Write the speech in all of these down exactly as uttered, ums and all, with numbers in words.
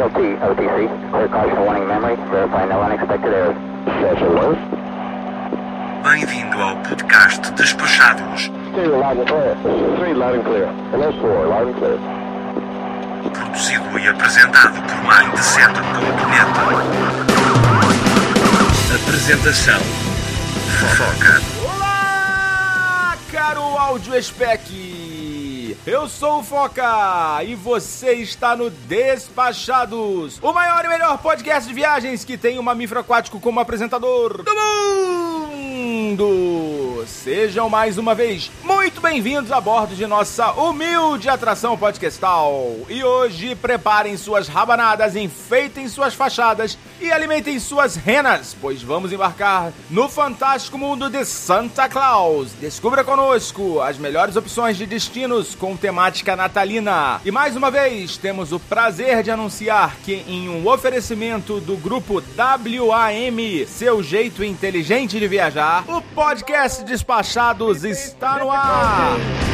O T, O T C, clear caution warning memory, verify no unexpected errors. Yes, it was. Bem-vindo ao podcast Despachados. Two, loud and clear. Three, loud and clear. Hello, four, loud and clear. Produzido e apresentado por Mindset ponto net. Apresentação Foca. Olá, caro Áudio Spec! Eu sou o Foca e você está no Despachados, o maior e melhor podcast de viagens que tem um mamífero aquático como apresentador do mundo! Sejam mais uma vez muito bem-vindos a bordo de nossa humilde atração podcastal. E hoje preparem suas rabanadas, enfeitem suas fachadas e alimentem suas renas, pois vamos embarcar no fantástico mundo de Santa Claus. Descubra conosco as melhores opções de destinos com temática natalina. E mais uma vez temos o prazer de anunciar que em um oferecimento do grupo W A M, seu jeito inteligente de viajar, o podcast Despachados está no ar.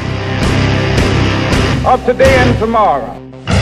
Of today and tomorrow.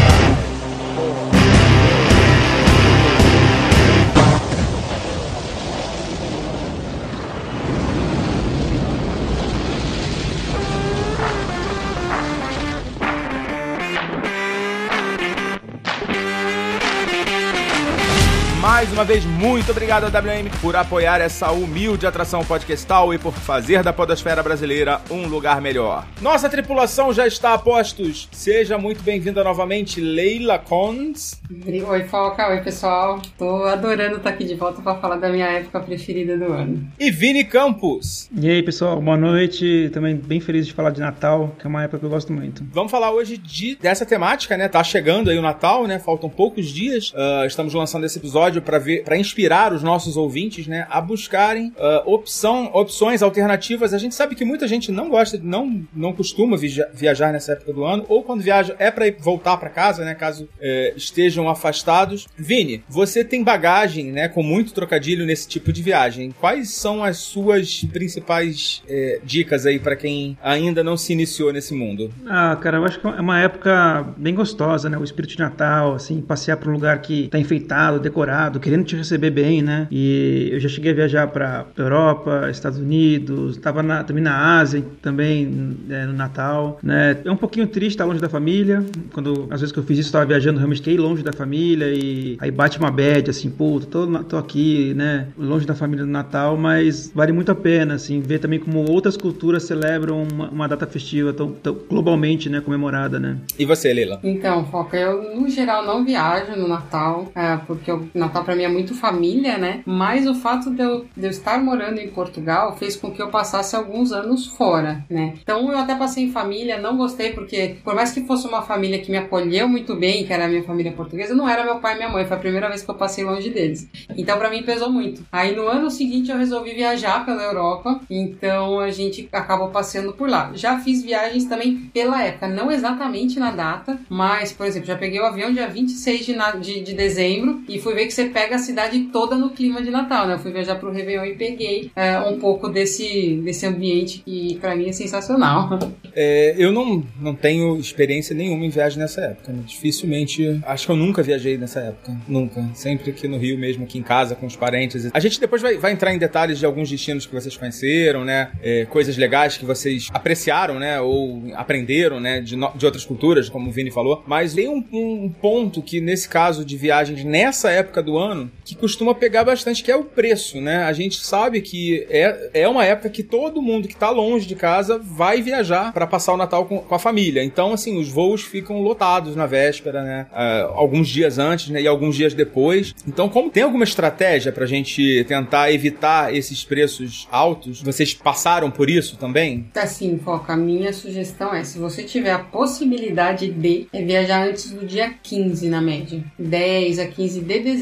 Mais uma vez, muito obrigado ao W M por apoiar essa humilde atração podcastal e por fazer da podosfera brasileira um lugar melhor. Nossa tripulação já está a postos. Seja muito bem-vinda novamente, Leila Cons. Oi, Foca. Oi, pessoal. Tô adorando estar aqui de volta para falar da minha época preferida do ano. E Vini Campos. E aí, pessoal. Boa noite. Também bem feliz de falar de Natal, que é uma época que eu gosto muito. Vamos falar hoje de, dessa temática, né? Tá chegando aí o Natal, né? Faltam poucos dias. Uh, estamos lançando esse episódio para ver, para inspirar os nossos ouvintes, né, a buscarem uh, opção, opções alternativas. A gente sabe que muita gente não gosta, não, não costuma via- viajar nessa época do ano, ou quando viaja é para voltar para casa, né, caso uh, estejam afastados. Vini, você tem bagagem, né, com muito trocadilho nesse tipo de viagem. Quais são as suas principais uh, dicas aí para quem ainda não se iniciou nesse mundo? Ah, cara, eu acho que é uma época bem gostosa, né? O espírito de Natal, assim, passear para um lugar que tá enfeitado, decorado, querendo te receber bem, né? E eu já cheguei a viajar para Europa, Estados Unidos, tava na, também na Ásia, também é, no Natal, né? É um pouquinho triste estar longe da família. Quando, às vezes que eu fiz isso, eu tava viajando, realmente fiquei longe da família e aí bate uma bad, assim, pô, tô, tô aqui, né? Longe da família no Natal, mas vale muito a pena, assim, ver também como outras culturas celebram uma, uma data festiva tão, tão globalmente, né? Comemorada, né? E você, Leila? Então, Foca, eu no geral não viajo no Natal, é, porque o Natal pra mim é muito família, né? Mas o fato de eu, de eu estar morando em Portugal fez com que eu passasse alguns anos fora, né? Então eu até passei em família, não gostei porque, por mais que fosse uma família que me acolheu muito bem, que era a minha família portuguesa, não era meu pai e minha mãe, foi a primeira vez que eu passei longe deles. Então pra mim pesou muito. Aí no ano seguinte eu resolvi viajar pela Europa, então a gente acabou passeando por lá. Já fiz viagens também pela época, não exatamente na data, mas, por exemplo, já peguei o avião dia vinte e seis de, na, de, de dezembro e fui ver que você pega a cidade toda no clima de Natal, né? Eu fui viajar pro Réveillon e peguei é, um pouco desse, desse ambiente que pra mim é sensacional. É, eu não, não tenho experiência nenhuma em viagem nessa época, né? Dificilmente, acho que eu nunca viajei nessa época, nunca. Sempre aqui no Rio mesmo, aqui em casa, com os parentes. A gente depois vai, vai entrar em detalhes de alguns destinos que vocês conheceram, né? É, coisas legais que vocês apreciaram, né? Ou aprenderam, né? De, no, de outras culturas, como o Vini falou. Mas tem um, um ponto que, nesse caso de viagens nessa época do ano, que costuma pegar bastante, que é o preço, né? A gente sabe que é, é uma época que todo mundo que tá longe de casa vai viajar para passar o Natal com, com a família. Então, assim, os voos ficam lotados na véspera, né? Uh, alguns dias antes, né? E alguns dias depois. Então, como tem alguma estratégia pra gente tentar evitar esses preços altos? Vocês passaram por isso também? Assim, Foca, a minha sugestão é, se você tiver a possibilidade de é viajar antes do dia quinze, na média. dez a quinze de dezembro.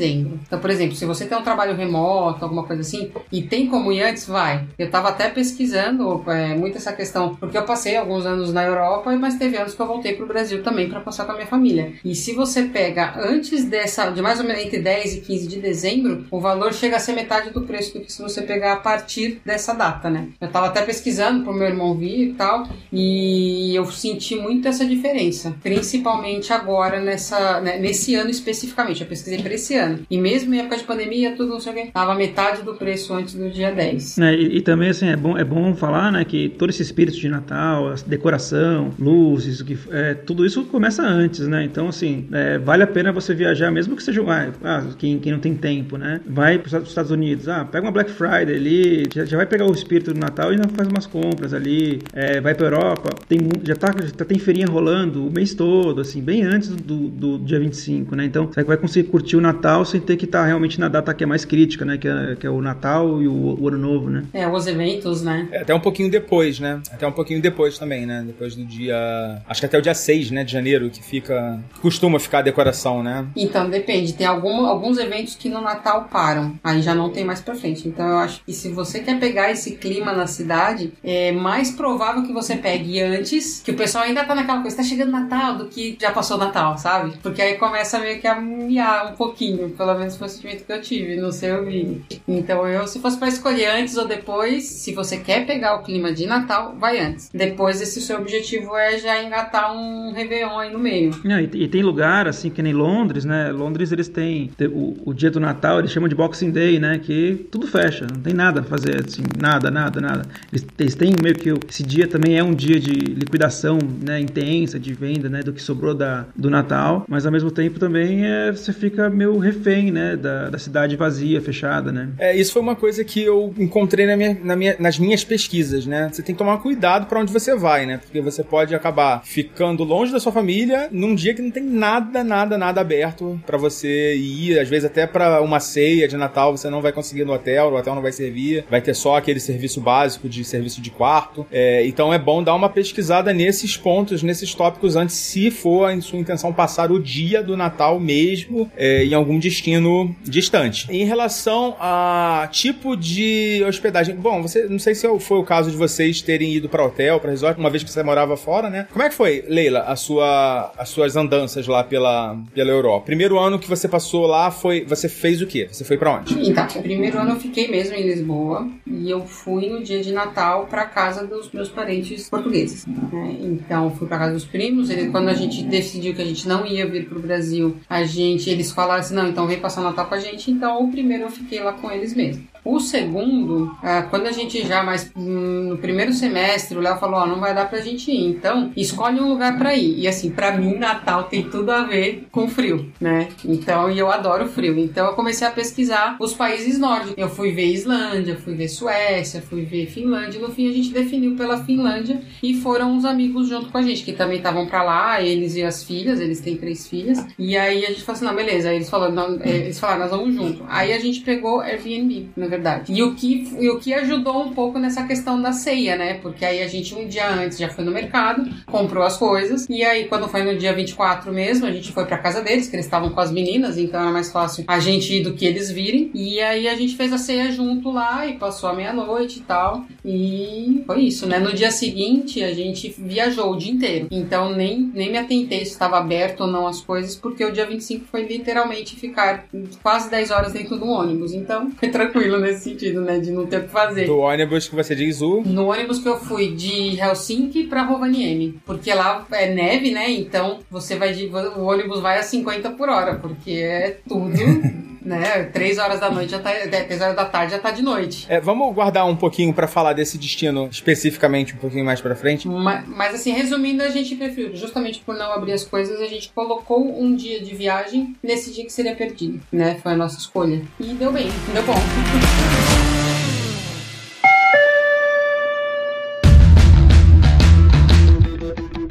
Então, por exemplo, se você tem um trabalho remoto, alguma coisa assim, e tem como ir antes, vai. Eu tava até pesquisando é, muito essa questão, porque eu passei alguns anos na Europa, mas teve anos que eu voltei pro Brasil também para passar com a minha família. E se você pega antes dessa, de mais ou menos entre dez e quinze de dezembro, o valor chega a ser metade do preço do que se você pegar a partir dessa data, né? Eu tava até pesquisando pro meu irmão vir e tal, e eu senti muito essa diferença, principalmente agora nessa, né, nesse ano especificamente. Eu pesquisei para esse ano. E mesmo em época de pandemia, tudo não sei o que, tava metade do preço antes do dia dez. É, e, e também, assim, é bom, é bom falar, né, que todo esse espírito de Natal, a decoração, luzes, que, é, tudo isso começa antes, né? Então, assim, é, vale a pena você viajar, mesmo que seja, ah, quem, quem não tem tempo, né? Vai para os Estados Unidos, ah, pega uma Black Friday ali, já, já vai pegar o espírito do Natal e ainda faz umas compras ali, é, vai para Europa, tem, já, tá, já tem feirinha rolando o mês todo, assim, bem antes do, do dia vinte e cinco, né? Então, você vai conseguir curtir o Natal sem ter que estar realmente na data que é mais crítica, né? Que é, que é o Natal e o, o Ano Novo, né? É, os eventos, né? É, até um pouquinho depois, né? Até um pouquinho depois também, né? Depois do dia... Acho que até o dia seis, né? De janeiro, que fica... Costuma ficar a decoração, né? Então, depende. Tem algum, alguns eventos que no Natal param. Aí já não tem mais pra frente. Então, eu acho que se você quer pegar esse clima na cidade, é mais provável que você pegue antes, que o pessoal ainda tá naquela coisa, tá chegando Natal, do que já passou o Natal, sabe? Porque aí começa meio que a miar um pouquinho. Pelo menos foi o sentimento que eu tive. Não sei, eu vi. Então, eu, se fosse pra escolher antes ou depois, se você quer pegar o clima de Natal, vai antes. Depois, esse seu objetivo é já engatar um Réveillon aí no meio. Não, e, e tem lugar, assim, que nem Londres, né? Londres, eles têm o, o dia do Natal, eles chamam de Boxing Day, né? Que tudo fecha, não tem nada a fazer, assim, nada, nada, nada. Eles, eles têm meio que... Esse dia também é um dia de liquidação, né? Intensa, de venda, né? Do que sobrou da, do Natal. Mas, ao mesmo tempo, também é, você fica meio refém, né? Da, da cidade vazia, fechada, né? É, isso foi uma coisa que eu encontrei na minha, na minha, nas minhas pesquisas, né? Você tem que tomar cuidado pra onde você vai, né? Porque você pode acabar ficando longe da sua família num dia que não tem nada, nada, nada aberto pra você ir. Às vezes até pra uma ceia de Natal você não vai conseguir no hotel, o hotel não vai servir. Vai ter só aquele serviço básico de serviço de quarto. É, então é bom dar uma pesquisada nesses pontos, nesses tópicos antes, se for em sua intenção passar o dia do Natal mesmo é, em algum destino distante. Em relação a tipo de hospedagem, bom, você, não sei se foi o caso de vocês terem ido pra hotel, pra resort, uma vez que você morava fora, né? Como é que foi, Leila, a sua, as suas andanças lá pela, pela Europa? Primeiro ano que você passou lá, foi, você fez o quê? Você foi pra onde? Então, o primeiro ano eu fiquei mesmo em Lisboa e eu fui no dia de Natal pra casa dos meus parentes portugueses, né? Então, fui pra casa dos primos. Ele, quando a gente decidiu que a gente não ia vir pro Brasil, a gente, eles falaram assim, não, então vem passar o Natal com a gente. Então, o primeiro eu fiquei lá com eles mesmo. O segundo, ah, quando a gente já mais hum, no primeiro semestre, o Léo falou, ó, oh, não vai dar pra gente ir, então escolhe um lugar pra ir. E assim, pra mim, Natal tem tudo a ver com frio, né? Então, e eu adoro frio. Então eu comecei a pesquisar os países nórdicos. Eu fui ver Islândia, fui ver Suécia, fui ver Finlândia. No fim, a gente definiu pela Finlândia e foram uns amigos junto com a gente, que também estavam pra lá, eles e as filhas, eles têm três filhas. E aí a gente falou assim, não, beleza. Aí eles falaram, não, eles falaram, nós vamos junto. Aí a gente pegou Airbnb, na verdade. E o que, e o que ajudou um pouco nessa questão da ceia, né? Porque aí a gente um dia antes já foi no mercado, comprou as coisas, e aí quando foi no dia vinte e quatro mesmo, a gente foi pra casa deles, que eles estavam com as meninas, então era mais fácil a gente ir do que eles virem. E aí a gente fez a ceia junto lá e passou a meia-noite e tal. E foi isso, né? No dia seguinte a gente viajou o dia inteiro. Então nem, nem me atentei se estava aberto ou não as coisas, porque o dia vinte e cinco foi literalmente ficar quase dez horas dentro do ônibus. Então foi tranquilo nesse sentido, né? De não ter o que fazer. Do ônibus que você diz o... No ônibus que eu fui de Helsinki pra Rovaniemi. Porque lá é neve, né? Então você vai de... o ônibus vai a cinquenta por hora, porque é tudo... né? Três horas da noite já tá, três horas da tarde já tá de noite. É, vamos guardar um pouquinho pra falar desse destino especificamente um pouquinho mais pra frente. Mas, mas assim, resumindo, a gente preferiu, justamente por não abrir as coisas, a gente colocou um dia de viagem nesse dia que seria perdido, né? Foi a nossa escolha. E deu bem, deu bom.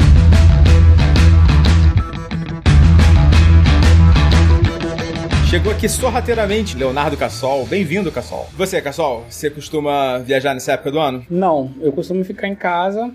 Chegou aqui sorrateiramente Leonardo Cassol. Bem-vindo, Cassol. Você, Cassol, você costuma viajar nessa época do ano? Não, eu costumo ficar em casa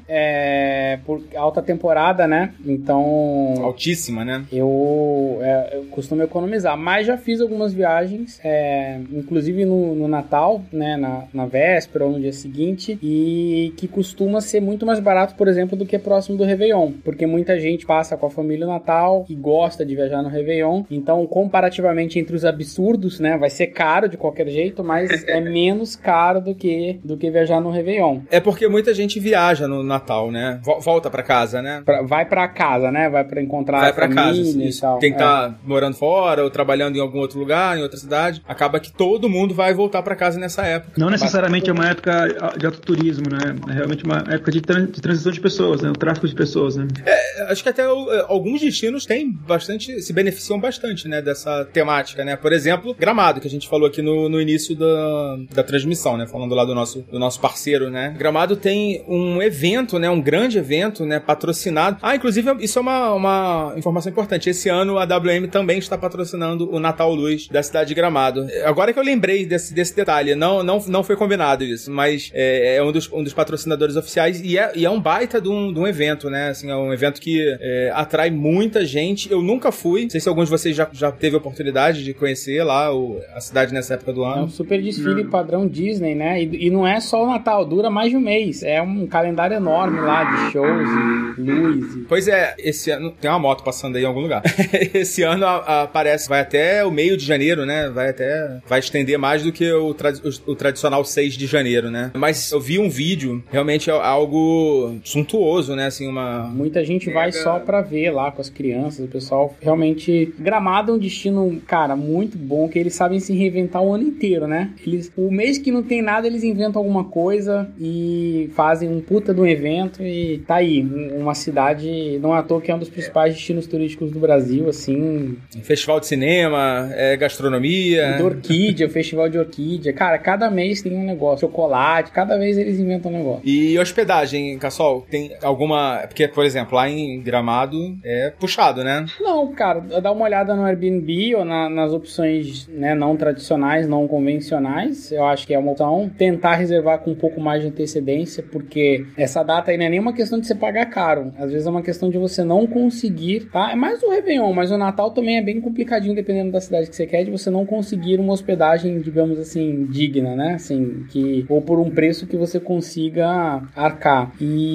é, por alta temporada, né? Então... Altíssima, né? Eu, é, eu costumo economizar, mas já fiz algumas viagens, é, inclusive no, no Natal, né? Na, na véspera ou no dia seguinte, e que costuma ser muito mais barato, por exemplo, do que próximo do Réveillon, porque muita gente passa com a família no Natal e gosta de viajar no Réveillon, então comparativamente entre os absurdos, né, vai ser caro de qualquer jeito, mas é menos caro do que, do que viajar no Réveillon. É porque muita gente viaja no Natal, né? Volta pra casa, né? Pra, vai pra casa, né? Vai pra encontrar vai a pra família casa, e isso. tal. Quem é. tá morando fora ou trabalhando em algum outro lugar, em outra cidade, acaba que todo mundo vai voltar pra casa nessa época. Não necessariamente é uma época de autoturismo, né? É realmente uma época de, tran- de transição de pessoas, né? O tráfico de pessoas, né? É, acho que até uh, alguns destinos têm bastante, se beneficiam bastante, né, dessa temática, né? Por exemplo, Gramado, que a gente falou aqui no, no início da, da transmissão, né? Falando lá do nosso, do nosso parceiro, né? Gramado tem um evento, né? Um grande evento, né? Patrocinado. Ah, inclusive, isso é uma, uma informação importante. Esse ano a W M também está patrocinando o Natal Luz da cidade de Gramado. Agora que eu lembrei desse, desse detalhe, não, não, não foi combinado isso, mas é, é um, dos, um dos patrocinadores oficiais e é, e é um baita de um, de um evento, né? Assim, é um evento que é, atrai muita gente. Eu nunca fui, não sei se alguns de vocês já, já teve a oportunidade de conhecer lá o, a cidade nessa época do ano. É um super desfile padrão Disney, né? E, e não é só o Natal, dura mais de um mês. É um calendário enorme lá de shows e luz. E... Pois é, esse ano tem uma moto passando aí em algum lugar. Esse ano a, a, parece, vai até o meio de janeiro, né? Vai até, vai estender mais do que o, tra, o, o tradicional seis de janeiro, né? Mas eu vi um vídeo, realmente é algo suntuoso, né? Assim, uma... Muita gente vai só pra ver lá com as crianças, o pessoal realmente... Gramado é um destino, cara, muito bom, que eles sabem se reinventar o ano inteiro, né? Eles, o mês que não tem nada, eles inventam alguma coisa e fazem um puta de um evento e tá aí, uma cidade, não é à toa que é um dos principais destinos turísticos do Brasil, assim... Festival de cinema, é, gastronomia... Do Orquídea, o Festival de Orquídea, cara, cada mês tem um negócio, chocolate, cada vez eles inventam um negócio. E hospedagem, Cassol, tem alguma... Porque, por exemplo, lá em Gramado é puxado, né? Não, cara, dá uma olhada no Airbnb ou na, nas opções, né, não tradicionais, não convencionais, eu acho que é uma opção. Tentar reservar com um pouco mais de antecedência, porque essa data aí não é nem uma questão de você pagar caro, às vezes é uma questão de você não conseguir, tá? É mais o Réveillon, mas o Natal também é bem complicadinho, dependendo da cidade que você quer, de você não conseguir uma hospedagem, digamos assim, digna, né? Assim, que, ou por um preço que você consiga arcar.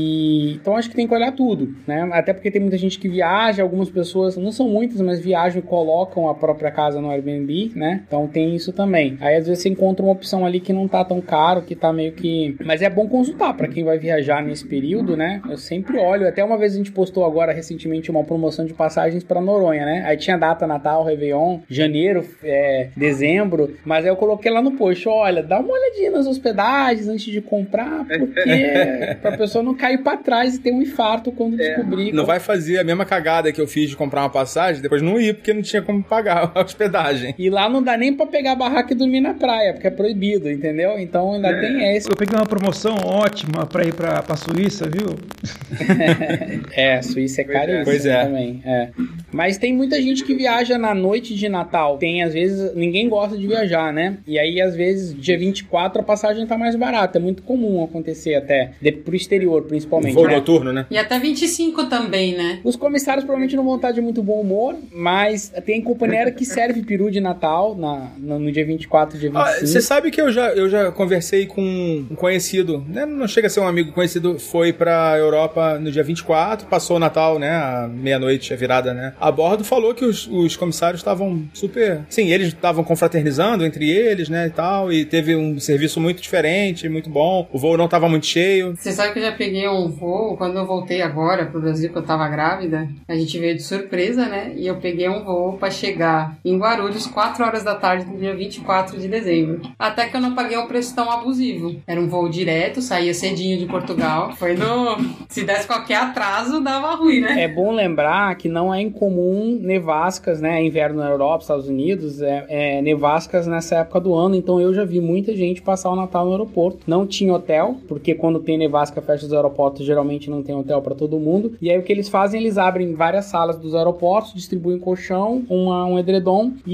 E então acho que tem que olhar tudo, né? Até porque tem muita gente que viaja, algumas pessoas, não são muitas, mas viajam e colocam a própria casa no Airbnb, né? Então tem isso também. Aí às vezes você encontra uma opção ali que não tá tão caro, que tá meio que... Mas é bom consultar pra quem vai viajar nesse período, né? Eu sempre olho, até uma vez a gente postou agora recentemente uma promoção de passagens pra Noronha, né? Aí tinha data Natal, Réveillon, janeiro, é, dezembro, mas aí eu coloquei lá no post, olha, dá uma olhadinha nas hospedagens antes de comprar, porque pra pessoa não cair pra trás e ter um infarto quando é. descobrir. Não vai fazer a mesma cagada que eu fiz de comprar uma passagem, depois não ir, porque não tinha como pagar a hospedagem. E lá não dá nem pra pegar a barraca e dormir na praia, porque é proibido, entendeu? Então ainda é. tem esse. Eu peguei uma promoção ótima pra ir pra, pra Suíça, viu? É, a Suíça é caríssima pois é. também. É. Mas tem muita gente que viaja na noite de Natal. Tem, às vezes, ninguém gosta de viajar, né? E aí, às vezes, dia vinte e quatro a passagem tá mais barata. É muito comum acontecer até, de, pro exterior, principalmente. Voo né? noturno, né? E até vinte e cinco também, né? Os comissários provavelmente não vão estar de muito bom humor, mas tem companhia aérea que serve peru de Natal na, no, no dia vinte e quatro, dia vinte e cinco. Ah, você sabe que eu já, eu já conversei com um conhecido, né? Não chega a ser um amigo conhecido, foi pra Europa no dia vinte e quatro, passou o Natal, né? A meia-noite, a virada, né? A bordo falou que os, os comissários estavam super... Sim, eles estavam confraternizando entre eles, né? E tal, e teve um serviço muito diferente, muito bom. O voo não estava muito cheio. Você sabe que eu já peguei um voo, quando eu voltei agora pro Brasil, que eu tava grávida, a gente veio de surpresa, né? E eu peguei um voo pra chegar em Guarulhos quatro horas da tarde do dia vinte e quatro de dezembro. Até que eu não paguei um preço tão abusivo. Era um voo direto, saía cedinho de Portugal. Foi no... Se desse qualquer atraso, dava ruim, né? É bom lembrar que não é incomum nevascas, né? Inverno na Europa, Estados Unidos, é, é nevascas nessa época do ano. Então eu já vi muita gente passar o Natal no aeroporto. Não tinha hotel, porque quando tem nevasca, fecha os aeroportos, geralmente não tem hotel para todo mundo. E aí o que eles fazem, eles abrem várias salas dos aeroportos, distribuem colchão, uma, um edredom e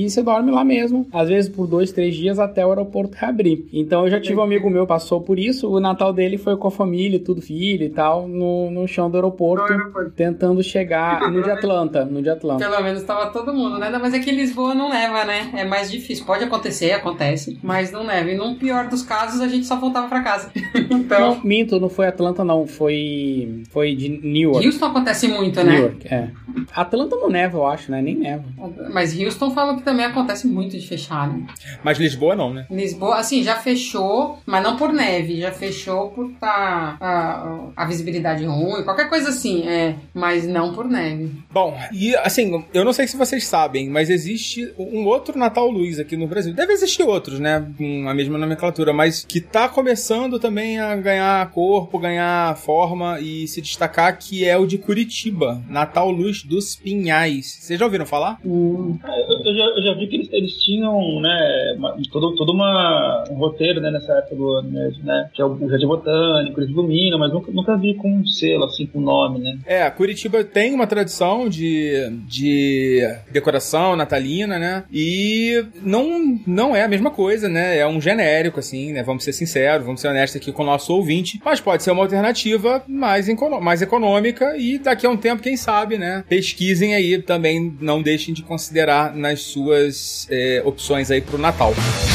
e você dorme lá mesmo, às vezes por dois, três dias até o aeroporto reabrir. Então eu já tive um amigo meu que passou por isso, o Natal dele foi com a família, tudo filho e tal, no, no chão do aeroporto, tentando chegar no de Atlanta, no de Atlanta. Pelo menos tava todo mundo, né? Mas é que Lisboa não leva, né? É mais difícil. Pode acontecer, acontece, mas não leva. E num pior dos casos, a gente só voltava pra casa. Então... Não, minto, não foi Atlanta não, foi, foi de Newark. Houston acontece muito, né? Newark, é. Atlanta não neva, eu acho, né? Nem neva. Mas Houston falam que também acontece muito de fechar, né? Mas Lisboa não, né? Lisboa, assim, já fechou, mas não por neve, já fechou por tá a, a visibilidade ruim, qualquer coisa assim, é, mas não por neve. Bom, e assim, eu não sei se vocês sabem, mas existe um outro Natal Luz aqui no Brasil. Deve existir outros, né? Com a mesma nomenclatura, mas que tá começando também a ganhar corpo, ganhar forma e se destacar, que é o de Curitiba, Natal Luz dos Pinhais. Vocês já ouviram falar? Hum, eu, já, eu já vi que eles, eles tinham, né, uma, todo, todo uma, um roteiro, né, nessa época do ano mesmo, né? Que é o, o Jardim Botânico, eles iluminam, mas nunca, nunca vi com um selo, assim, com nome, né? É, Curitiba tem uma tradição de, de decoração natalina, né? E não, não é a mesma coisa, né? É um genérico, assim, né? Vamos ser sinceros, vamos ser honestos aqui com o nosso ouvinte, mas pode ser uma alternativa mais, econo- mais econômica e daqui a um tempo, quem sabe, né? Pesquisem aí, também não deixem de considerar nas suas é, opções aí pro Natal.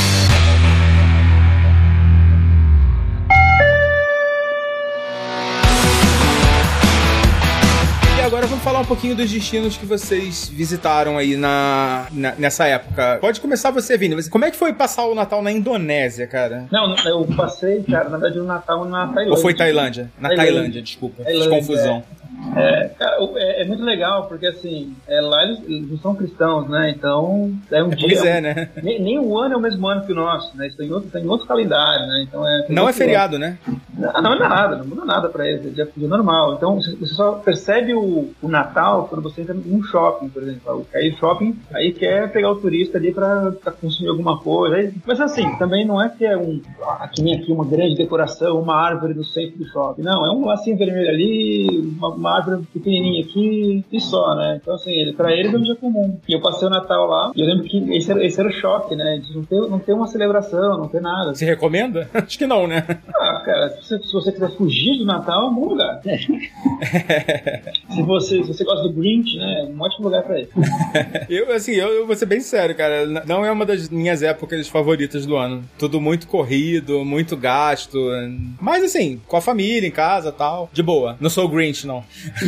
Agora vamos falar um pouquinho dos destinos que vocês visitaram aí na, na, nessa época. Pode começar você, Vini. Como é que foi passar o Natal na Indonésia, cara? Não, eu passei, cara, na verdade, o Natal na Tailândia. Ou foi Tailândia? Na Tailândia, Tailândia desculpa. Tailândia, Confusão. É. É, cara, é, é muito legal, porque assim, é, lá eles, eles não são cristãos, né? Então, é um é, dia. Pois é, né? Nem, nem o ano é o mesmo ano que o nosso, né? Está em outro, tá em outro calendário, né? Então é. Não é feriado, né? Não, não é nada, não muda nada pra eles, é dia, dia normal. Então, você só percebe o, o Natal quando você entra num shopping, por exemplo. Aí o shopping, aí quer pegar o turista ali pra, pra consumir alguma coisa. Aí, mas assim, também não é que é um. Aqui nem aqui uma grande decoração, uma árvore no centro do shopping. Não, é um lacinho vermelho ali, uma, uma árvore pequenininha aqui e só, né? Então, assim, ele, pra eles é um dia comum. E eu passei o Natal lá, e eu lembro que esse era, esse era o choque, né? De não ter, não ter uma celebração, não ter nada. Você recomenda? Acho que não, né? Ah, cara, se você, se você quiser fugir do Natal, é um bom lugar. se, você, se você gosta do Grinch, né? É um ótimo lugar pra isso. eu, assim, eu, eu vou ser bem sério, cara. Não é uma das minhas épocas favoritas do ano. Tudo muito corrido, muito gasto. Mas, assim, com a família, em casa e tal. De boa. Não sou o Grinch, não.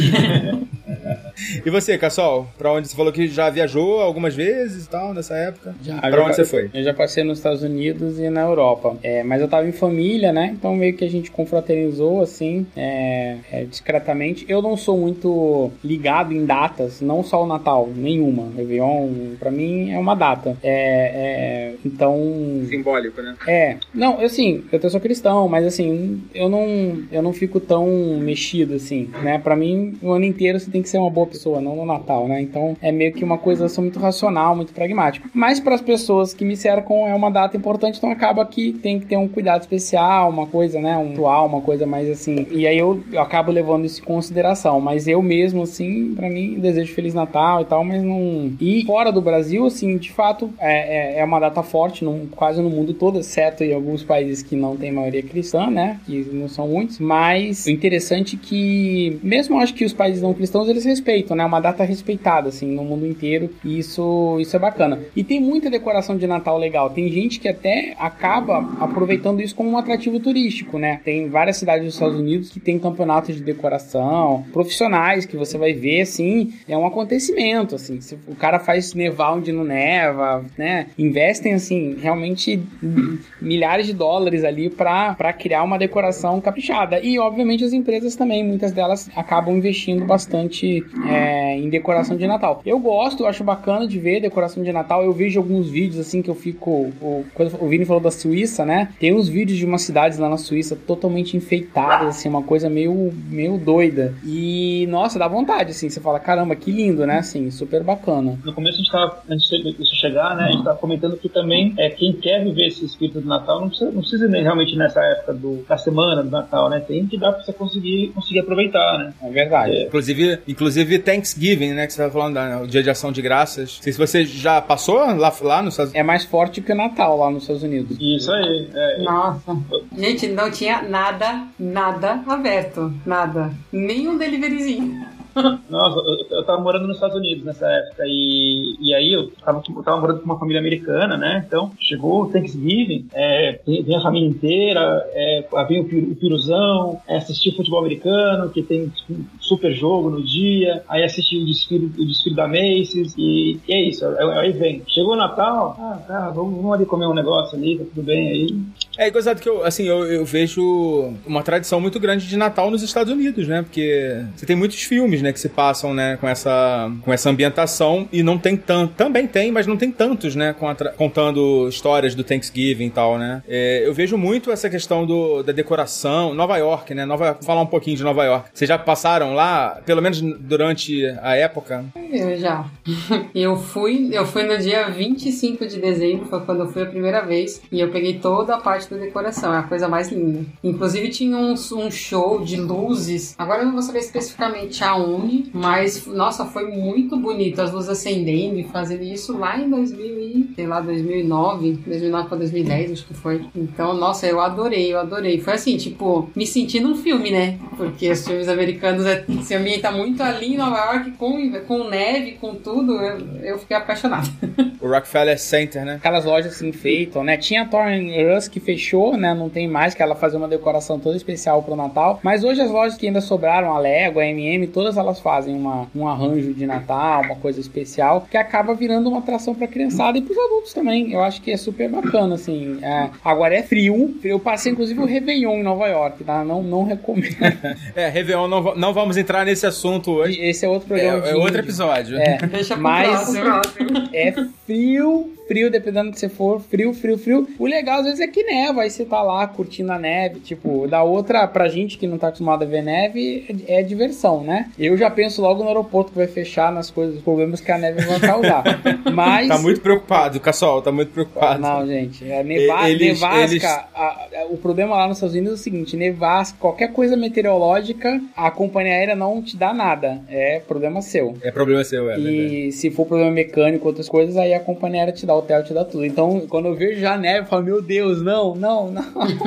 E você, Cassol? Pra onde você falou que já viajou algumas vezes e tal, nessa época? Já. Pra já onde você foi? Eu já passei nos Estados Unidos e na Europa. É, mas eu tava em família, né? Então meio que a gente confraternizou, assim, é, é, discretamente. Eu não sou muito ligado em datas, não só o Natal, nenhuma. Réveillon, pra mim, é uma data. É, é, então... Simbólico, né? É. Não, assim, eu sou cristão, mas assim, eu não, eu não fico tão mexido, assim, né? Pra mim, o ano inteiro você tem que ser uma boa pessoa, não no Natal, né? Então é meio que uma coisa assim, muito racional, muito pragmática. Mas para as pessoas que me cercam é uma data importante, então acaba que tem que ter um cuidado especial, uma coisa, né? Um ritual, uma coisa mais assim. E aí eu, eu acabo levando isso em consideração. Mas eu mesmo, assim, pra mim, desejo Feliz Natal e tal, mas não... E fora do Brasil, assim, de fato, é, é, é uma data forte, no, quase no mundo todo, exceto em alguns países que não tem maioria cristã, né? Que não são muitos. Mas o interessante é que, mesmo eu acho que os países não cristãos, eles respeitam, né? Uma data respeitada, assim, no mundo inteiro. E isso, isso é bacana. E tem muita decoração de Natal legal. Tem gente que até acaba aproveitando isso como um atrativo turístico, né? Tem várias cidades dos Estados Unidos que tem campeonatos de decoração, profissionais que você vai ver, assim, é um acontecimento, assim. Se o cara faz nevar onde não neva, né? Investem, assim, realmente milhares de dólares ali pra, pra criar uma decoração caprichada. E, obviamente, as empresas também, muitas delas acabam investindo bastante é, em decoração de Natal. Eu gosto, eu acho bacana de ver decoração de Natal. Eu vejo alguns vídeos, assim, que eu fico... O, quando o Vini falou da Suíça, né? Tem uns vídeos de umas cidades lá na Suíça totalmente enfeitadas, assim, uma coisa meio, meio doida. E, nossa, dá vontade, assim. Você fala, caramba, que lindo, né? Assim, super bacana. No começo a gente tava, antes de chegar, né? A gente tava comentando que também é, quem quer viver esse espírito do Natal não precisa, não precisa nem realmente nessa época do, da semana do Natal, né? Tem que dar pra você conseguir, conseguir aproveitar, né? É verdade. É. Inclusive, inclusive, Thanksgiving Thanksgiving, né, que você tava falando, da, o Dia de Ação de Graças. Não sei se você já passou lá, lá nos Estados Unidos. É mais forte que o Natal lá nos Estados Unidos. Isso aí. É, Nossa. Gente, não tinha nada, nada aberto. Nada. Nem um deliveryzinho. Nossa, eu, eu tava morando nos Estados Unidos nessa época e, e aí eu tava, eu tava morando com uma família americana, né? Então, chegou o Thanksgiving, é, vem a família inteira, é, vem o, pir, o piruzão, é, assistir futebol americano, que tem tipo, um super jogo no dia, aí assistir o desfile, o desfile da Macy's e, e é isso, é, é o evento. Chegou o Natal, ah, tá, vamos, vamos ali comer um negócio ali, tá tudo bem aí. É gozado que eu, assim, eu, eu vejo uma tradição muito grande de Natal nos Estados Unidos, né? Porque você tem muitos filmes, né, que se passam, né, com essa, com essa ambientação e não tem tanto, também tem, mas não tem tantos, né, com a, contando histórias do Thanksgiving e tal, né? É, eu vejo muito essa questão do, da decoração, Nova York, né? Nova, vou falar um pouquinho de Nova York. Vocês já passaram lá, pelo menos durante a época? Eu já. Eu fui, eu fui no dia vinte e cinco de dezembro, foi quando eu fui a primeira vez, e eu peguei toda a parte da decoração, é a coisa mais linda. Inclusive tinha um, um show de luzes, agora eu não vou saber especificamente aonde, mas, nossa, foi muito bonito, as luzes acendendo e fazendo isso lá em dois mil e, sei lá, dois mil e nove, dois mil e nove para dois mil e dez, acho que foi. Então, nossa, eu adorei, eu adorei. Foi assim, tipo, me senti num filme, né? Porque os filmes americanos é, se ambientam muito ali em Nova York, com, com neve, com tudo, eu, eu fiquei apaixonada. O Rockefeller Center, né? Aquelas lojas se enfeitam, né? Tinha a Torrey Russ que fechou, né? Não tem mais, que ela fazia uma decoração toda especial pro Natal. Mas hoje as lojas que ainda sobraram, a Lego, a M M, todas elas fazem uma, um arranjo de Natal, uma coisa especial, que acaba virando uma atração pra criançada e pros adultos também. Eu acho que é super bacana, assim. É, agora é frio. Eu passei, inclusive, o Réveillon em Nova York, tá? Não, não recomendo. É, Réveillon, não, não vamos entrar nesse assunto hoje. Esse é outro programa. É, é outro episódio. É, deixa pro mas próximo. É frio, frio, dependendo de se for, frio, frio, frio. O legal, às vezes, é que neva, aí você tá lá curtindo a neve, tipo, da outra, pra gente que não tá acostumado a ver neve, é, é diversão, né? Eu já penso logo no aeroporto que vai fechar nas coisas, os problemas que a neve vai causar. Mas... Tá muito preocupado, Cassol, tá muito preocupado. Não, gente, é neva... eles, nevasca, eles... a, a, o problema lá nos Estados Unidos é o seguinte, nevasca, qualquer coisa meteorológica, a companhia aérea não te dá nada, é problema seu. É problema seu, é. E verdade. se for problema mecânico, outras coisas, aí a companhia aérea te dá hotel, te dá tudo. Então, quando eu vejo já neve, eu falo, meu Deus, não, não, não.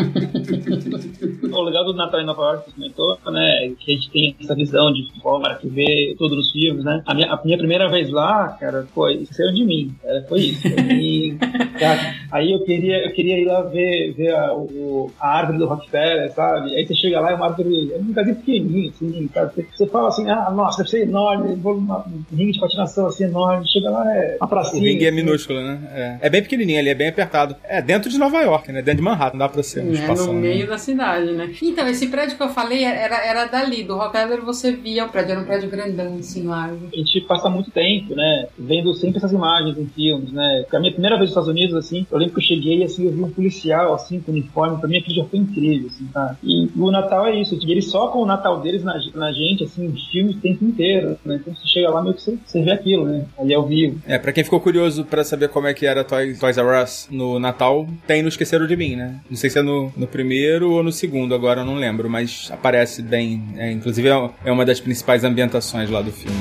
O legal do Natal em Nova York, que você comentou, né, que a gente tem essa visão de forma que vê tudo nos filmes, né. A minha, a minha primeira vez lá, cara, foi, isso saiu de mim, cara, foi isso. E, cara, aí eu queria, eu queria ir lá ver, ver a, o, a árvore do Rockefeller, sabe? Aí você chega lá, é uma árvore, é um lugarzinho pequenininho, assim, sabe? Você, você fala assim, ah, nossa, deve ser enorme, vou num ringue de patinação assim enorme, chega lá, é uma pracinha. O ringue é assim, minúsculo, né? É. é bem pequenininho ali, é bem apertado. É dentro de Nova York, né? Dentro de Manhattan, dá pra ser um espação. É, no meio né? da cidade, né? Então, esse prédio que eu falei era, era dali, do Rockefeller você via o prédio, era um prédio grandão, assim, largo. A gente passa muito tempo, né, vendo sempre essas imagens em filmes, né, porque a minha primeira vez nos Estados Unidos, assim, eu lembro que eu cheguei, assim, eu vi um policial, assim, com uniforme, pra mim aquilo já foi incrível, assim, tá? E o Natal é isso, e eles socam o Natal deles na, na gente, assim, nos filmes o tempo inteiro, né, então você chega lá, meio que você, você vê aquilo, né, ali ao vivo. É, pra quem ficou curioso pra saber como é que era Toys, Toys R Us no Natal, tem no Esqueceram de Mim, né? Não sei se é no, no primeiro ou no segundo, agora eu não lembro, mas aparece bem, é, inclusive é, é uma das principais ambientações lá do filme.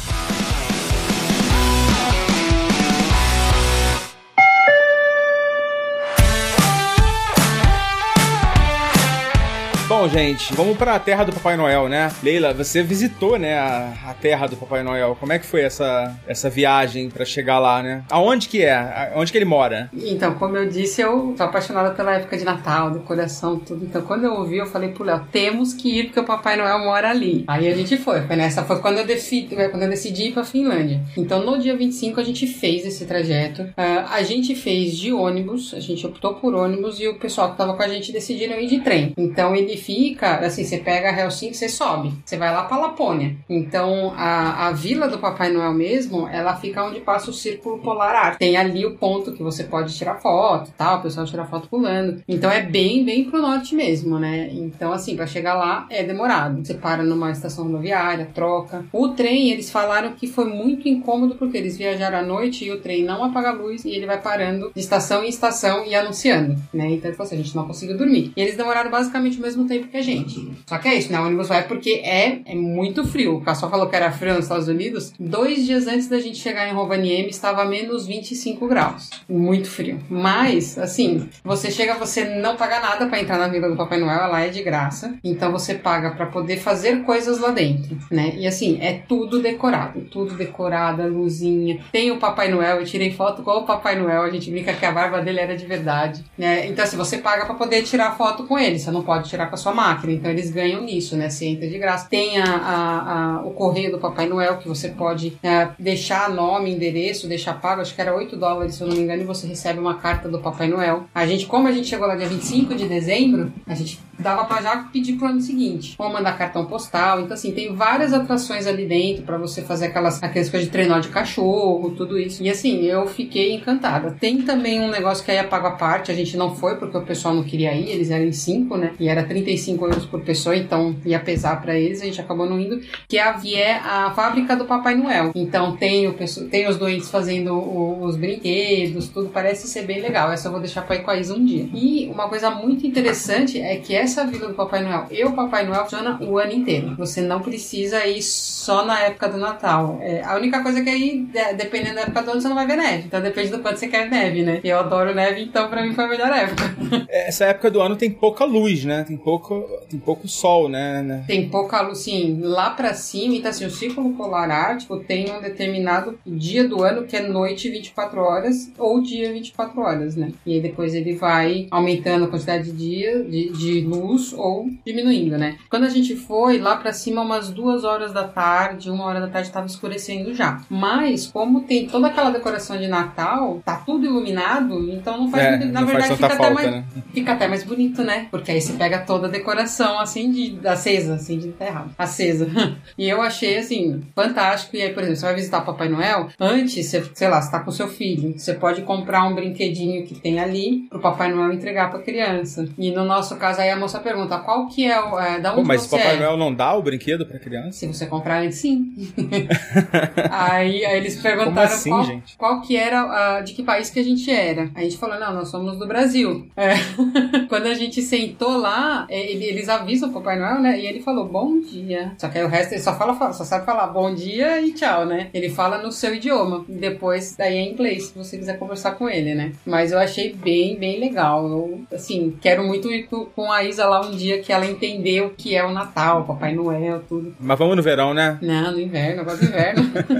Bom, gente, vamos pra terra do Papai Noel, né? Leila, você visitou, né, a, a terra do Papai Noel. Como é que foi essa, essa viagem pra chegar lá, né? Aonde que é? Aonde que ele mora? Então, como eu disse, eu tô apaixonada pela época de Natal, decoração, tudo. Então, quando eu ouvi, eu falei pro Léo, temos que ir porque o Papai Noel mora ali. Aí a gente foi. Foi nessa, foi quando eu, decidi, quando eu decidi ir pra Finlândia. Então, no dia vinte e cinco, a gente fez esse trajeto. Uh, a gente fez de ônibus, a gente optou por ônibus e o pessoal que tava com a gente decidiram ir de trem. Então, ele fica, assim, você pega a Helsinki, você sobe, você vai lá pra Lapônia. Então, a, a vila do Papai Noel mesmo, ela fica onde passa o Círculo Polar Ártico. Tem ali o ponto que você pode tirar foto, tal, o pessoal tira foto pulando. Então, é bem, bem pro norte mesmo, né? Então, assim, pra chegar lá é demorado. Você para numa estação rodoviária, troca. O trem, eles falaram que foi muito incômodo porque eles viajaram à noite e o trem não apaga a luz e ele vai parando de estação em estação e anunciando, né? Então, ele falou assim, a gente não conseguiu dormir. E eles demoraram basicamente o mesmo mesmo tempo que a gente. Só que é isso, né? O ônibus vai porque é, é muito frio. O Cassol falou que era frio nos Estados Unidos. Dois dias antes da gente chegar em Rovaniemi, estava a menos vinte e cinco graus. Muito frio. Mas, assim, você chega, você não paga nada pra entrar na Vila do Papai Noel, ela é de graça. Então você paga pra poder fazer coisas lá dentro, né? E assim, é tudo decorado. Tudo decorado, luzinha. Tem o Papai Noel, eu tirei foto com o Papai Noel, a gente brinca que a barba dele era de verdade, né? Então, assim, você paga pra poder tirar foto com ele, você não pode tirar com a sua máquina, então eles ganham nisso, né? Você entra de graça. Tem a, a, a, o correio do Papai Noel, que você pode é, deixar nome, endereço, deixar pago, acho que era oito dólares, se eu não me engano, e você recebe uma carta do Papai Noel. A gente, como a gente chegou lá dia vinte e cinco de dezembro, a gente dava pra já pedir pro ano seguinte, ou mandar cartão postal. Então, assim, tem várias atrações ali dentro pra você fazer aquelas, aquelas coisas de trenó de cachorro, tudo isso. E assim, eu fiquei encantada. Tem também um negócio que aí é pago à parte, a gente não foi porque o pessoal não queria ir, eles eram em cinco, né? E era trinta e cinco euros por pessoa, então ia pesar pra eles, a gente acabou não indo, que é a Vier, a fábrica do Papai Noel. Então tem, o, tem os doentes fazendo o, os brinquedos, tudo parece ser bem legal. Essa eu vou deixar pra ir com a Isa um dia. E uma coisa muito interessante é que essa Vila do Papai Noel e o Papai Noel funciona o ano inteiro. Você não precisa ir só na época do Natal. É, a única coisa que aí, dependendo da época do ano, você não vai ver neve. Então depende do quanto você quer neve, né? Eu adoro neve, então pra mim foi a melhor época. Essa época do ano tem pouca luz, né? Tem pouco, tem pouco sol, né? Tem pouca luz, sim. Lá pra cima, então assim, o Círculo Polar Ártico tem um determinado dia do ano que é noite vinte e quatro horas ou dia vinte e quatro horas, né? E aí depois ele vai aumentando a quantidade de dia, de, de luz ou diminuindo, né? Quando a gente foi lá pra cima, umas duas horas da tarde, uma hora da tarde, tava escurecendo já. Mas, como tem toda aquela decoração de Natal, tá tudo iluminado, então não faz é, muito... Na não verdade, faz fica, tanta até falta, mais, né? fica até mais bonito, né? Porque aí você pega toda a decoração, assim, de acesa, assim, de tá errado. Acesa. E eu achei, assim, fantástico. E aí, por exemplo, você vai visitar o Papai Noel, antes, você, sei lá, você tá com seu filho, você pode comprar um brinquedinho que tem ali pro Papai Noel entregar pra criança. E no nosso caso, aí a moça pergunta, qual que é o... É, da onde Pô, mas você o Papai é? Noel não dá o brinquedo pra criança? Se você comprar antes, sim. aí, aí eles perguntaram Como assim, qual, gente? qual que era, uh, de que país que a gente era. A gente falou, não, nós somos do Brasil. É. Quando a gente sentou lá, ele, eles avisam o Papai Noel, né? E ele falou, bom dia. Só que aí o resto, ele só, fala, só sabe falar bom dia e tchau, né? Ele fala no seu idioma. Depois, daí é em inglês, se você quiser conversar com ele, né? Mas eu achei bem, bem legal. Eu, assim, quero muito ir com a Isa lá um dia que ela entendeu o que é o Natal, Papai Noel, tudo. Mas vamos no verão, né? Não, no inverno, eu gosto do inverno.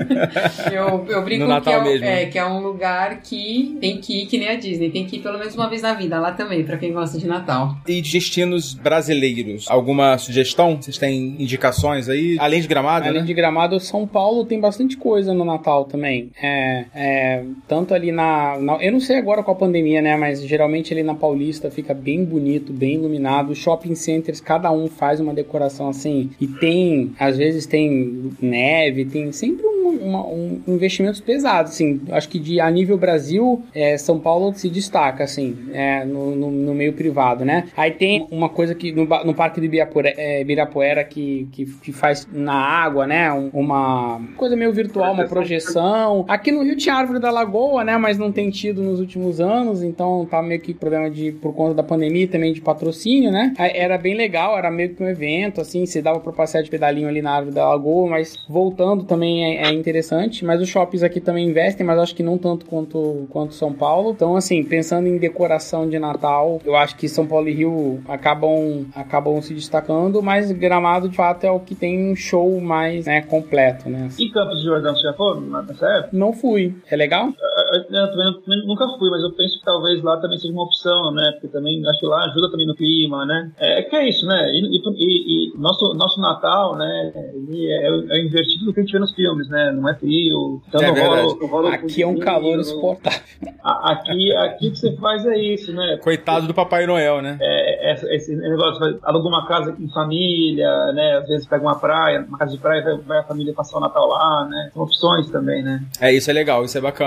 eu, eu brinco no Natal que, é, mesmo. É, que é um lugar que tem que ir, que nem a Disney. Tem que ir pelo menos uma vez na vida, lá também, pra quem gosta de Natal. E destinos brasileiros? Alguma sugestão? Vocês têm indicações aí? Além de Gramado, Além né? de Gramado, São Paulo tem bastante coisa no Natal também. É, é, tanto ali na, na... Eu não sei agora com a pandemia, né? Mas geralmente ali na Paulista fica bem bonito, bem iluminado. Shopping centers, cada um faz uma decoração assim. E tem, às vezes tem neve, tem sempre um, uma, um investimentos pesados, assim. Acho que de, a nível Brasil, é, São Paulo se destaca, assim, é, no, no, no meio privado, né? Aí tem uma coisa que no, no Parque de Ibirapuera, é, Ibirapuera que, que, que faz na água, né? Um, uma coisa meio virtual, uma projeção. Aqui no Rio tinha Árvore da Lagoa, né? Mas não tem tido nos últimos anos, então tá meio que problema de, por conta da pandemia e também de patrocínio, né? Aí era bem legal, era meio que um evento, assim, você dava pra passear de pedalinho ali na Árvore da Lagoa, mas voltando também é, é interessante, mas os shoppings aqui também investem, mas acho que não tanto quanto, quanto São Paulo. Então, assim, pensando em decoração de Natal, eu acho que São Paulo e Rio acabam, acabam se destacando, mas Gramado, de fato, é o que tem um show mais, né, completo, né? E Campos de Jordão, você já foi nessa época? Não fui. É legal? Eu, eu, também, também nunca fui, mas eu penso que talvez lá também seja uma opção, né? Porque também, acho que lá ajuda também no clima, né? É, é que é isso, né? E, e, e nosso, nosso Natal, né? Ele é, é invertido do que a gente vê nos filmes, né? Não é frio. Então é não rola, não rola aqui é um calor insuportável. Aqui, aqui o que você faz é isso, né? Coitado do Papai Noel, né? É, esse, esse negócio, vai, aluga uma casa em família, né? Às vezes pega uma praia, uma casa de praia, vai, vai a família passar o Natal lá, né? São opções também, né? É, isso é legal, isso é bacana.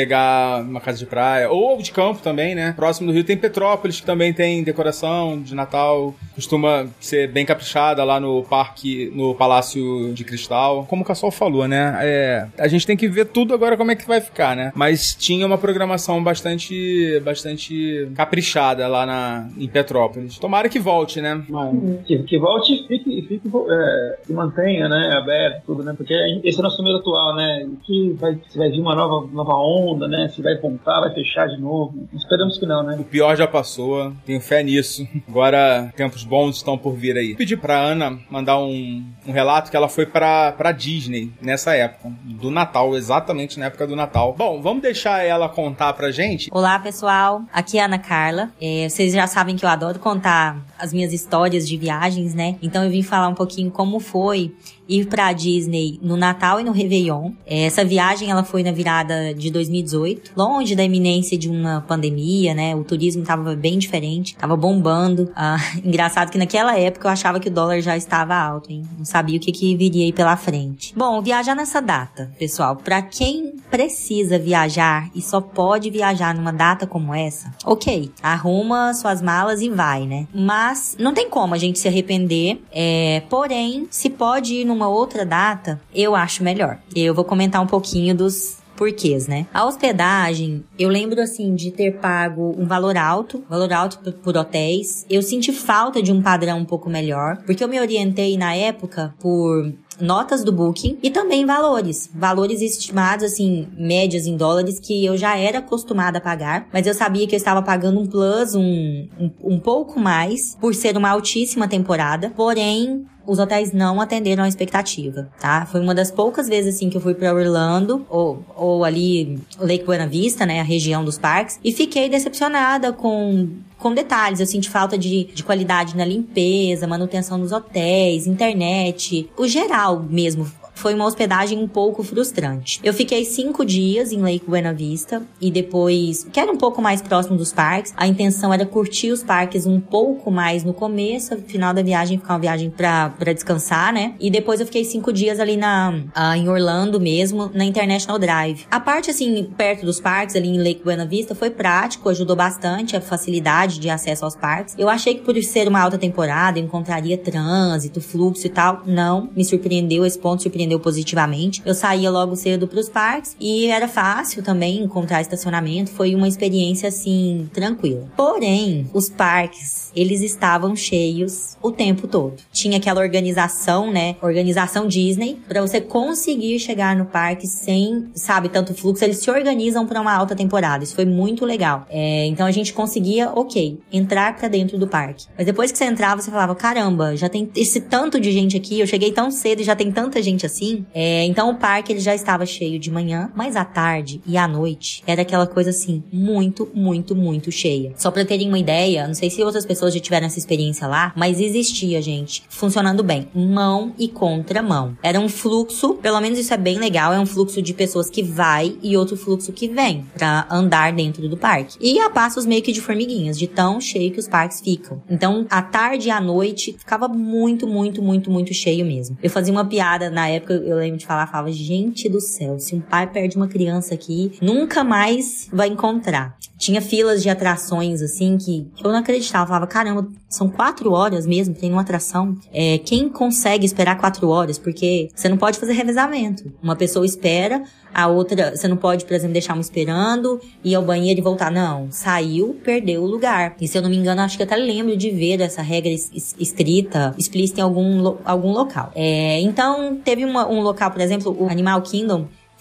pegar uma casa de praia, ou de campo também, né? Próximo do Rio tem Petrópolis, que também tem decoração de Natal, costuma ser bem caprichada lá no parque, no Palácio de Cristal. Como o Cassol falou, né? É, a gente tem que ver tudo agora como é que vai ficar, né? Mas tinha uma programação bastante, bastante caprichada lá na, em Petrópolis. Tomara que volte, né? Que, que volte e fique, fique, é, e mantenha, né? Aberto, tudo, né? Porque esse é o nosso meio atual, né? Que vai, se vai vir uma nova, nova onda, né? Se vai voltar, vai fechar de novo. Esperamos que não, né? O pior já passou, tenho fé nisso. Agora, tempos bons estão por vir aí. Pedi pra Ana mandar um, um relato que ela foi pra, pra Disney nessa época, do Natal, exatamente na época do Natal. Bom, vamos deixar ela contar pra gente. Olá, pessoal. Aqui é a Ana Carla. É, vocês já sabem que eu adoro contar as minhas histórias de viagens, né? Então eu vim falar um pouquinho como foi ir pra Disney no Natal e no Réveillon. Essa viagem, ela foi na virada de dois mil e dezoito, longe da iminência de uma pandemia, né? O turismo tava bem diferente, tava bombando. Ah, engraçado que naquela época eu achava que o dólar já estava alto, hein? Não sabia o que que viria aí pela frente. Bom, viajar nessa data, pessoal, pra quem precisa viajar e só pode viajar numa data como essa, ok, arruma suas malas e vai, né? Mas não tem como a gente se arrepender, é, porém, se pode ir numa outra data, eu acho melhor. Eu vou comentar um pouquinho dos porquês, né? A hospedagem, eu lembro, assim, de ter pago um valor alto, valor alto por, por hotéis. Eu senti falta de um padrão um pouco melhor, porque eu me orientei na época por notas do Booking e também valores. Valores estimados, assim, médias em dólares que eu já era acostumada a pagar, mas eu sabia que eu estava pagando um plus, um, um, um pouco mais, por ser uma altíssima temporada, porém os hotéis não atenderam a expectativa, tá? Foi uma das poucas vezes, assim, que eu fui pra Orlando, ou, ou ali, Lake Buena Vista, né, a região dos parques, e fiquei decepcionada com, com detalhes. Eu senti falta de, de qualidade na limpeza, manutenção dos hotéis, internet, o geral mesmo. Foi uma hospedagem um pouco frustrante. Eu fiquei cinco dias em Lake Buena Vista e depois, que era um pouco mais próximo dos parques, a intenção era curtir os parques um pouco mais no começo, no final da viagem, ficar uma viagem pra, pra descansar, né? E depois eu fiquei cinco dias ali na, uh, em Orlando mesmo, na International Drive. A parte, assim, perto dos parques, ali em Lake Buena Vista, foi prático, ajudou bastante a facilidade de acesso aos parques. Eu achei que por ser uma alta temporada, eu encontraria trânsito, fluxo e tal. Não, me surpreendeu, esse ponto surpreendeu positivamente. Eu saía logo cedo pros parques e era fácil também encontrar estacionamento. Foi uma experiência, assim, tranquila. Porém, os parques, eles estavam cheios o tempo todo. Tinha aquela organização, né? Organização Disney, pra você conseguir chegar no parque sem, sabe, tanto fluxo. Eles se organizam pra uma alta temporada. Isso foi muito legal. É, então a gente conseguia, ok, entrar pra dentro do parque. Mas depois que você entrava, você falava, caramba, já tem esse tanto de gente aqui. Eu cheguei tão cedo e já tem tanta gente assim. É, então o parque ele já estava cheio de manhã, mas à tarde e à noite era aquela coisa assim, muito, muito, muito cheia. Só pra terem uma ideia, não sei se outras pessoas já tiveram essa experiência lá, mas existia, gente, funcionando bem, mão e contramão. Era um fluxo, pelo menos isso é bem legal, é um fluxo de pessoas que vai e outro fluxo que vem pra andar dentro do parque. E a passos meio que de formiguinhas, de tão cheio que os parques ficam. Então, à tarde e à noite, ficava muito, muito, muito, muito cheio mesmo. Eu fazia uma piada na época, eu lembro de falar, falava, gente do céu, se um pai perde uma criança aqui, nunca mais vai encontrar. Tinha filas de atrações, assim, que eu não acreditava. Eu falava, caramba, são quatro horas mesmo, tem uma atração. É, quem consegue esperar quatro horas? Porque você não pode fazer revezamento. Uma pessoa espera, a outra, você não pode, por exemplo, deixar uma esperando, ir ao banheiro e voltar. Não, saiu, perdeu o lugar. E se eu não me engano, acho que eu até lembro de ver essa regra es- escrita, explícita em algum, lo- algum local. É, então, teve uma, um local, por exemplo, o Animal Kingdom,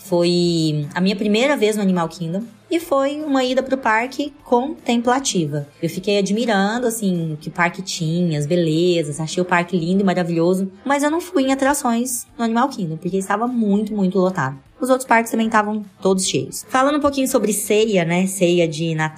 foi a minha primeira vez no Animal Kingdom. E foi uma ida pro parque contemplativa. Eu fiquei admirando, assim, o que o parque tinha, as belezas. Achei o parque lindo e maravilhoso. Mas eu não fui em atrações no Animal Kingdom, porque estava muito, muito lotado. Os outros parques também estavam todos cheios. Falando um pouquinho sobre ceia, né? Ceia de Natal.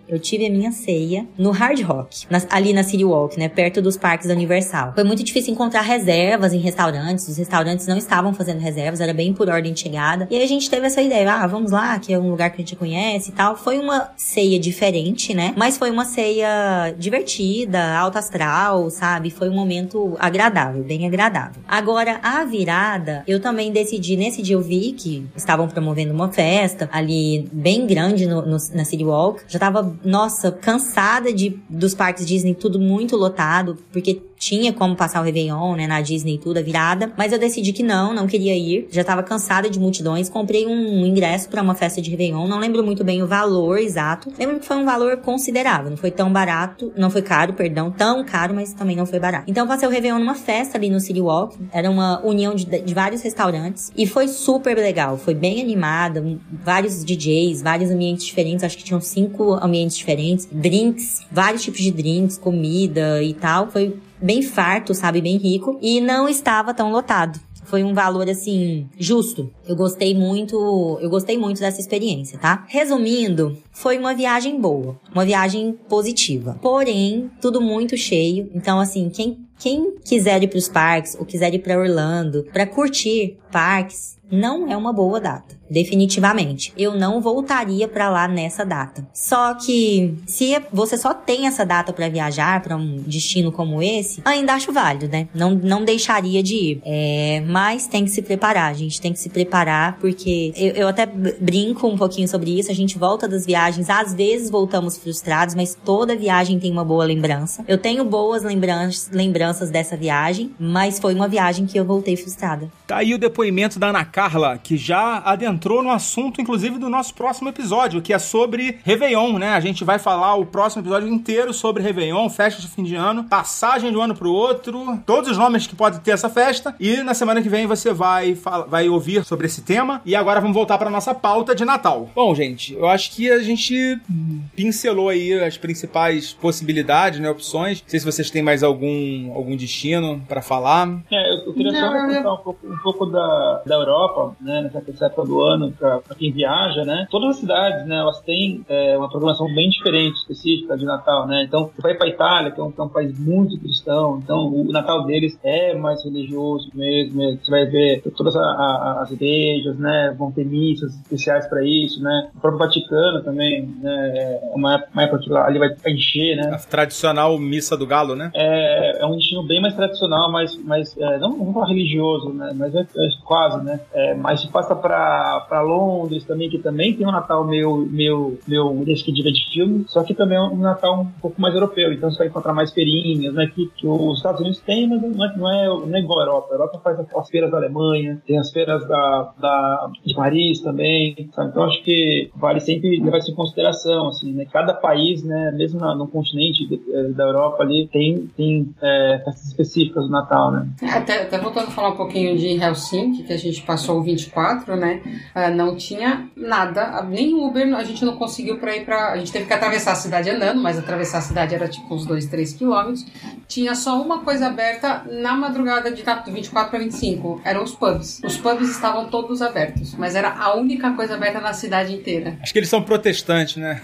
eu tive a minha ceia no Hard Rock, na, ali na City Walk, né, perto dos parques da Universal. Foi muito difícil encontrar reservas em restaurantes, os restaurantes não estavam fazendo reservas, era bem por ordem de chegada. E aí a gente teve essa ideia, ah, vamos lá, que é um lugar que a gente conhece e tal. Foi uma ceia diferente, né, mas foi uma ceia divertida, alto astral, sabe? Foi um momento agradável, bem agradável. Agora, a virada, eu também decidi, nesse dia eu vi que estavam promovendo uma festa ali bem grande no, no, na City Walk. Já tava, nossa, cansada de, dos parques Disney, tudo muito lotado, porque tinha como passar o Réveillon, né, na Disney e tudo, a virada, mas eu decidi que não, não queria ir, já tava cansada de multidões, comprei um ingresso pra uma festa de Réveillon, não lembro muito bem o valor exato, lembro que foi um valor considerável, não foi tão barato, não foi caro, perdão, tão caro, mas também não foi barato. Então eu passei o Réveillon numa festa ali no City Walk, era uma união de, de vários restaurantes, e foi super legal, foi bem animada, vários D Js, vários ambientes diferentes, acho que tinham cinco ambientes diferentes, drinks, vários tipos de drinks, comida e tal, foi bem farto, sabe, bem rico, e não estava tão lotado. Foi um valor, assim, justo. Eu gostei muito, eu gostei muito dessa experiência, tá? Resumindo, foi uma viagem boa, uma viagem positiva. Porém, tudo muito cheio. Então, assim, quem, quem quiser ir pros parques, ou quiser ir pra Orlando, pra curtir parques, não é uma boa data. Definitivamente. Eu não voltaria pra lá nessa data. Só que, se você só tem essa data pra viajar, pra um destino como esse, ainda acho válido, né? Não, não deixaria de ir. É, mas tem que se preparar, a gente tem que se preparar, porque eu, eu até brinco um pouquinho sobre isso, a gente volta das viagens, às vezes voltamos frustrados, mas toda viagem tem uma boa lembrança. Eu tenho boas lembranças, lembranças dessa viagem, mas foi uma viagem que eu voltei frustrada. Tá aí o depoimento da Ana Carla, que já adentrou entrou no assunto, inclusive, do nosso próximo episódio, que é sobre Réveillon, né? A gente vai falar o próximo episódio inteiro sobre Réveillon, festa de fim de ano, passagem de um ano pro outro, todos os nomes que pode ter essa festa, e na semana que vem você vai, vai ouvir sobre esse tema. E agora vamos voltar pra nossa pauta de Natal. Bom, gente, eu acho que a gente pincelou aí as principais possibilidades, né, opções. Não sei se vocês têm mais algum, algum destino pra falar. É, eu, eu queria só comentar um pouco, um pouco da, da Europa, né, nessa época do ano, para quem viaja, né? Todas as cidades, né, elas têm é, uma programação bem diferente, específica de Natal, né? Então, você vai para a Itália, que é, um, que é um país muito cristão, então o Natal deles é mais religioso mesmo, mesmo. Você vai ver todas a, a, as igrejas, né, vão ter missas especiais para isso, né? O próprio Vaticano também, né, é uma, uma época que lá ali vai encher, né? A tradicional missa do galo, né? É, é um destino bem mais tradicional, mas, mas é, não, não falar religioso, né? Mas é, é quase, né? É, mas se passa para para Londres também, que também tem um Natal meio, meio, meio desse que diga de filme, só que também é um Natal um pouco mais europeu, então você vai encontrar mais feirinhas, né, que, que os Estados Unidos têm, mas não é, não é, não é igual a Europa. A Europa faz as feiras da Alemanha, tem as feiras da, da, de Paris também, sabe? Então acho que vale sempre levar isso em consideração, assim, né, cada país, né, mesmo na, no continente de, da Europa ali, tem, tem é, festas específicas do Natal, né. Até, até voltando a falar um pouquinho de Helsinki, que a gente passou o vinte e quatro, né, Uh, não tinha nada, nem Uber, a gente não conseguiu pra ir pra... A gente teve que atravessar a cidade andando, mas atravessar a cidade era tipo uns dois, três quilômetros. Tinha só uma coisa aberta na madrugada de vinte e quatro para vinte e cinco, eram os pubs. Os pubs estavam todos abertos, mas era a única coisa aberta na cidade inteira. Acho que eles são protestantes, né?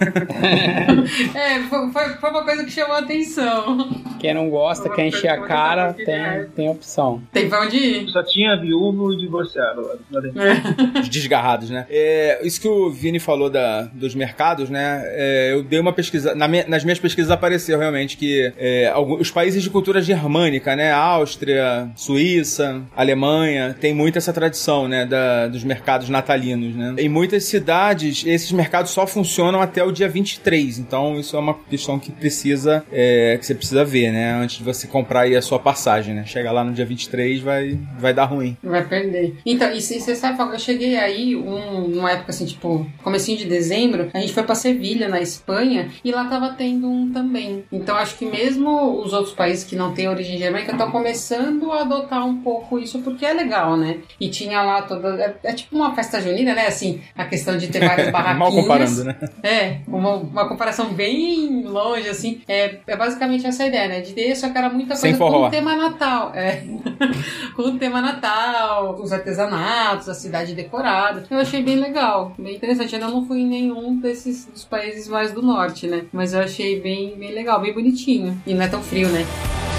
É, foi, foi, foi uma coisa que chamou a atenção. Quem não gosta, quer encher a cara, tem, tem opção. Tem pra onde ir. Só tinha viúvo e divorciado lá dentro. É. Desgarrados, né? É, isso que o Vini falou da, dos mercados, né? É, eu dei uma pesquisa, na minha, nas minhas pesquisas apareceu realmente que é, alguns, os países de cultura germânica, né? Áustria, Suíça, Alemanha, tem muito essa tradição, né? Da, dos mercados natalinos, né? Em muitas cidades, esses mercados só funcionam até o dia vinte e três, então isso é uma questão que precisa, é, que você precisa ver, né? Antes de você comprar aí a sua passagem, né? Chegar lá no dia vinte e três vai, vai dar ruim. Vai perder. Então, e se você sabe, eu cheguei aí um, numa época assim, tipo, comecinho de dezembro, a gente foi pra Sevilha, na Espanha, e lá tava tendo um também. Então acho que mesmo os outros países que não têm origem germânica estão começando a adotar um pouco isso, porque é legal, né? E tinha lá toda... É, é tipo uma festa junina, né? Assim, a questão de ter várias barraquinhas. Mal comparando, né? É, uma, uma comparação bem longe, assim. É, é basicamente essa ideia, né? De ter, só que era muita coisa com tema Natal. É. com o tema Natal, os artesanatos, a cidade decorada. Eu achei bem legal, bem interessante. Eu não fui em nenhum desses dos países mais do norte, né? Mas eu achei bem, bem legal, bem bonitinho. E não é tão frio, né?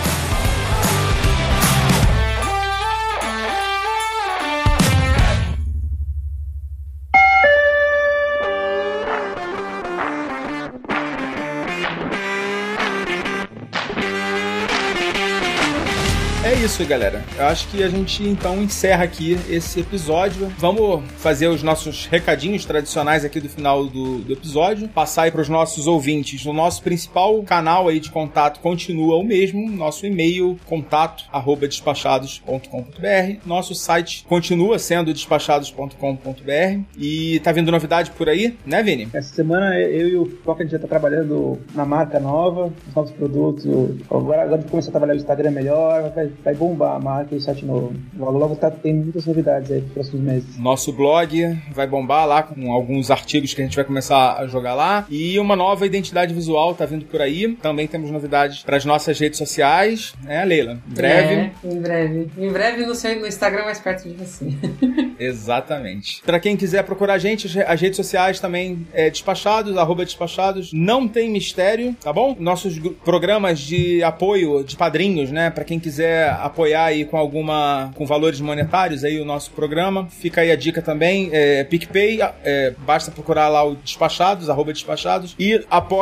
É isso aí, galera. Eu acho que a gente, então, encerra aqui esse episódio. Vamos fazer os nossos recadinhos tradicionais aqui do final do, do episódio. Passar aí para os nossos ouvintes. O nosso principal canal aí de contato continua o mesmo. Nosso e-mail, contato, arroba despachados ponto com ponto b r. Nosso site continua sendo despachados ponto com ponto b r. E tá vindo novidade por aí, né, Vini? Essa semana eu e o Foca, a gente já tá trabalhando na marca nova, os novos produtos. Agora, agora começar a trabalhar o Instagram melhor, vai vai bombar a marca e o site novo. Logo, logo tá, tem muitas novidades aí nos próximos meses. Nosso blog vai bombar lá com alguns artigos que a gente vai começar a jogar lá. E uma nova identidade visual tá vindo por aí. Também temos novidades para as nossas redes sociais, né, Leila? Em breve. É, em breve. Em breve no, seu, no Instagram mais perto de você. Exatamente. Para quem quiser procurar a gente, as redes sociais também é despachados, arroba despachados. Não tem mistério, tá bom? Nossos programas de apoio, de padrinhos, né? Para quem quiser apoiar aí com alguma, com valores monetários aí o nosso programa, fica aí a dica também, é, PicPay, é, basta procurar lá o Despachados, arroba Despachados, e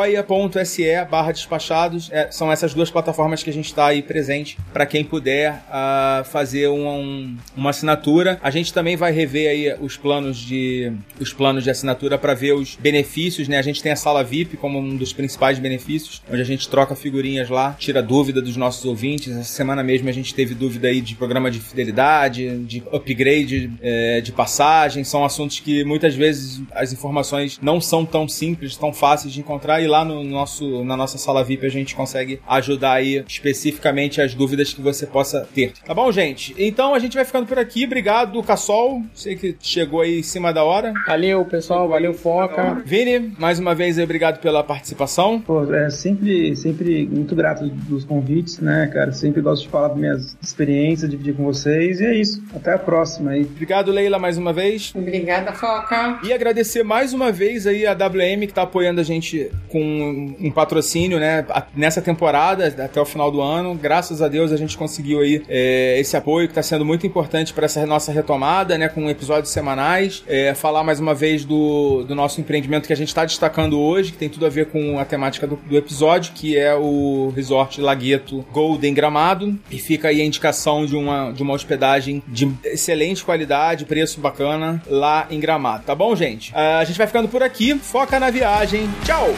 apoia.se barra Despachados, é, são essas duas plataformas que a gente está aí presente para quem puder uh, fazer um, um, uma assinatura. A gente também vai rever aí os planos de, os planos de assinatura para ver os benefícios, né? A gente tem a sala V I P como um dos principais benefícios, onde a gente troca figurinhas lá, tira dúvida dos nossos ouvintes. Essa semana mesmo a gente teve dúvida aí de programa de fidelidade, de upgrade, é, de passagem. São assuntos que muitas vezes as informações não são tão simples, tão fáceis de encontrar, e lá no nosso, na nossa sala V I P a gente consegue ajudar aí especificamente as dúvidas que você possa ter. Tá bom, gente? Então a gente vai ficando por aqui. Obrigado, Cassol. Sei que chegou aí em cima da hora. Valeu, pessoal. Valeu, Foca. Vini, mais uma vez aí, obrigado pela participação. Pô, é sempre, sempre muito grato dos convites, né, cara? Sempre gosto de falar das minhas experiências, dividir com vocês, e é isso. Até a próxima aí. Obrigado, Leila, mais uma vez. Obrigada, Foca. E agradecer mais uma vez aí a W M, que tá apoiando a gente com um patrocínio, né, nessa temporada, até o final do ano. Graças a Deus a gente conseguiu aí é, esse apoio, que tá sendo muito importante para essa nossa retomada, né, com episódios semanais. É, falar mais uma vez do, do nosso empreendimento que a gente tá destacando hoje, que tem tudo a ver com a temática do, do episódio, que é o Resort Lagueto Golden Gramado. E fica aí a indicação de uma, de uma hospedagem de excelente qualidade, preço bacana, lá em Gramado. Tá bom, gente? Uh, a gente vai ficando por aqui. Foca na viagem. Tchau!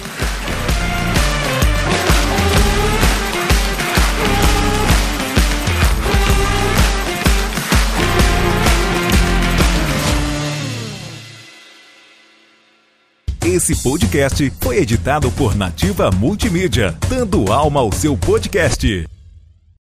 Esse podcast foi editado por Nativa Multimídia, dando alma ao seu podcast.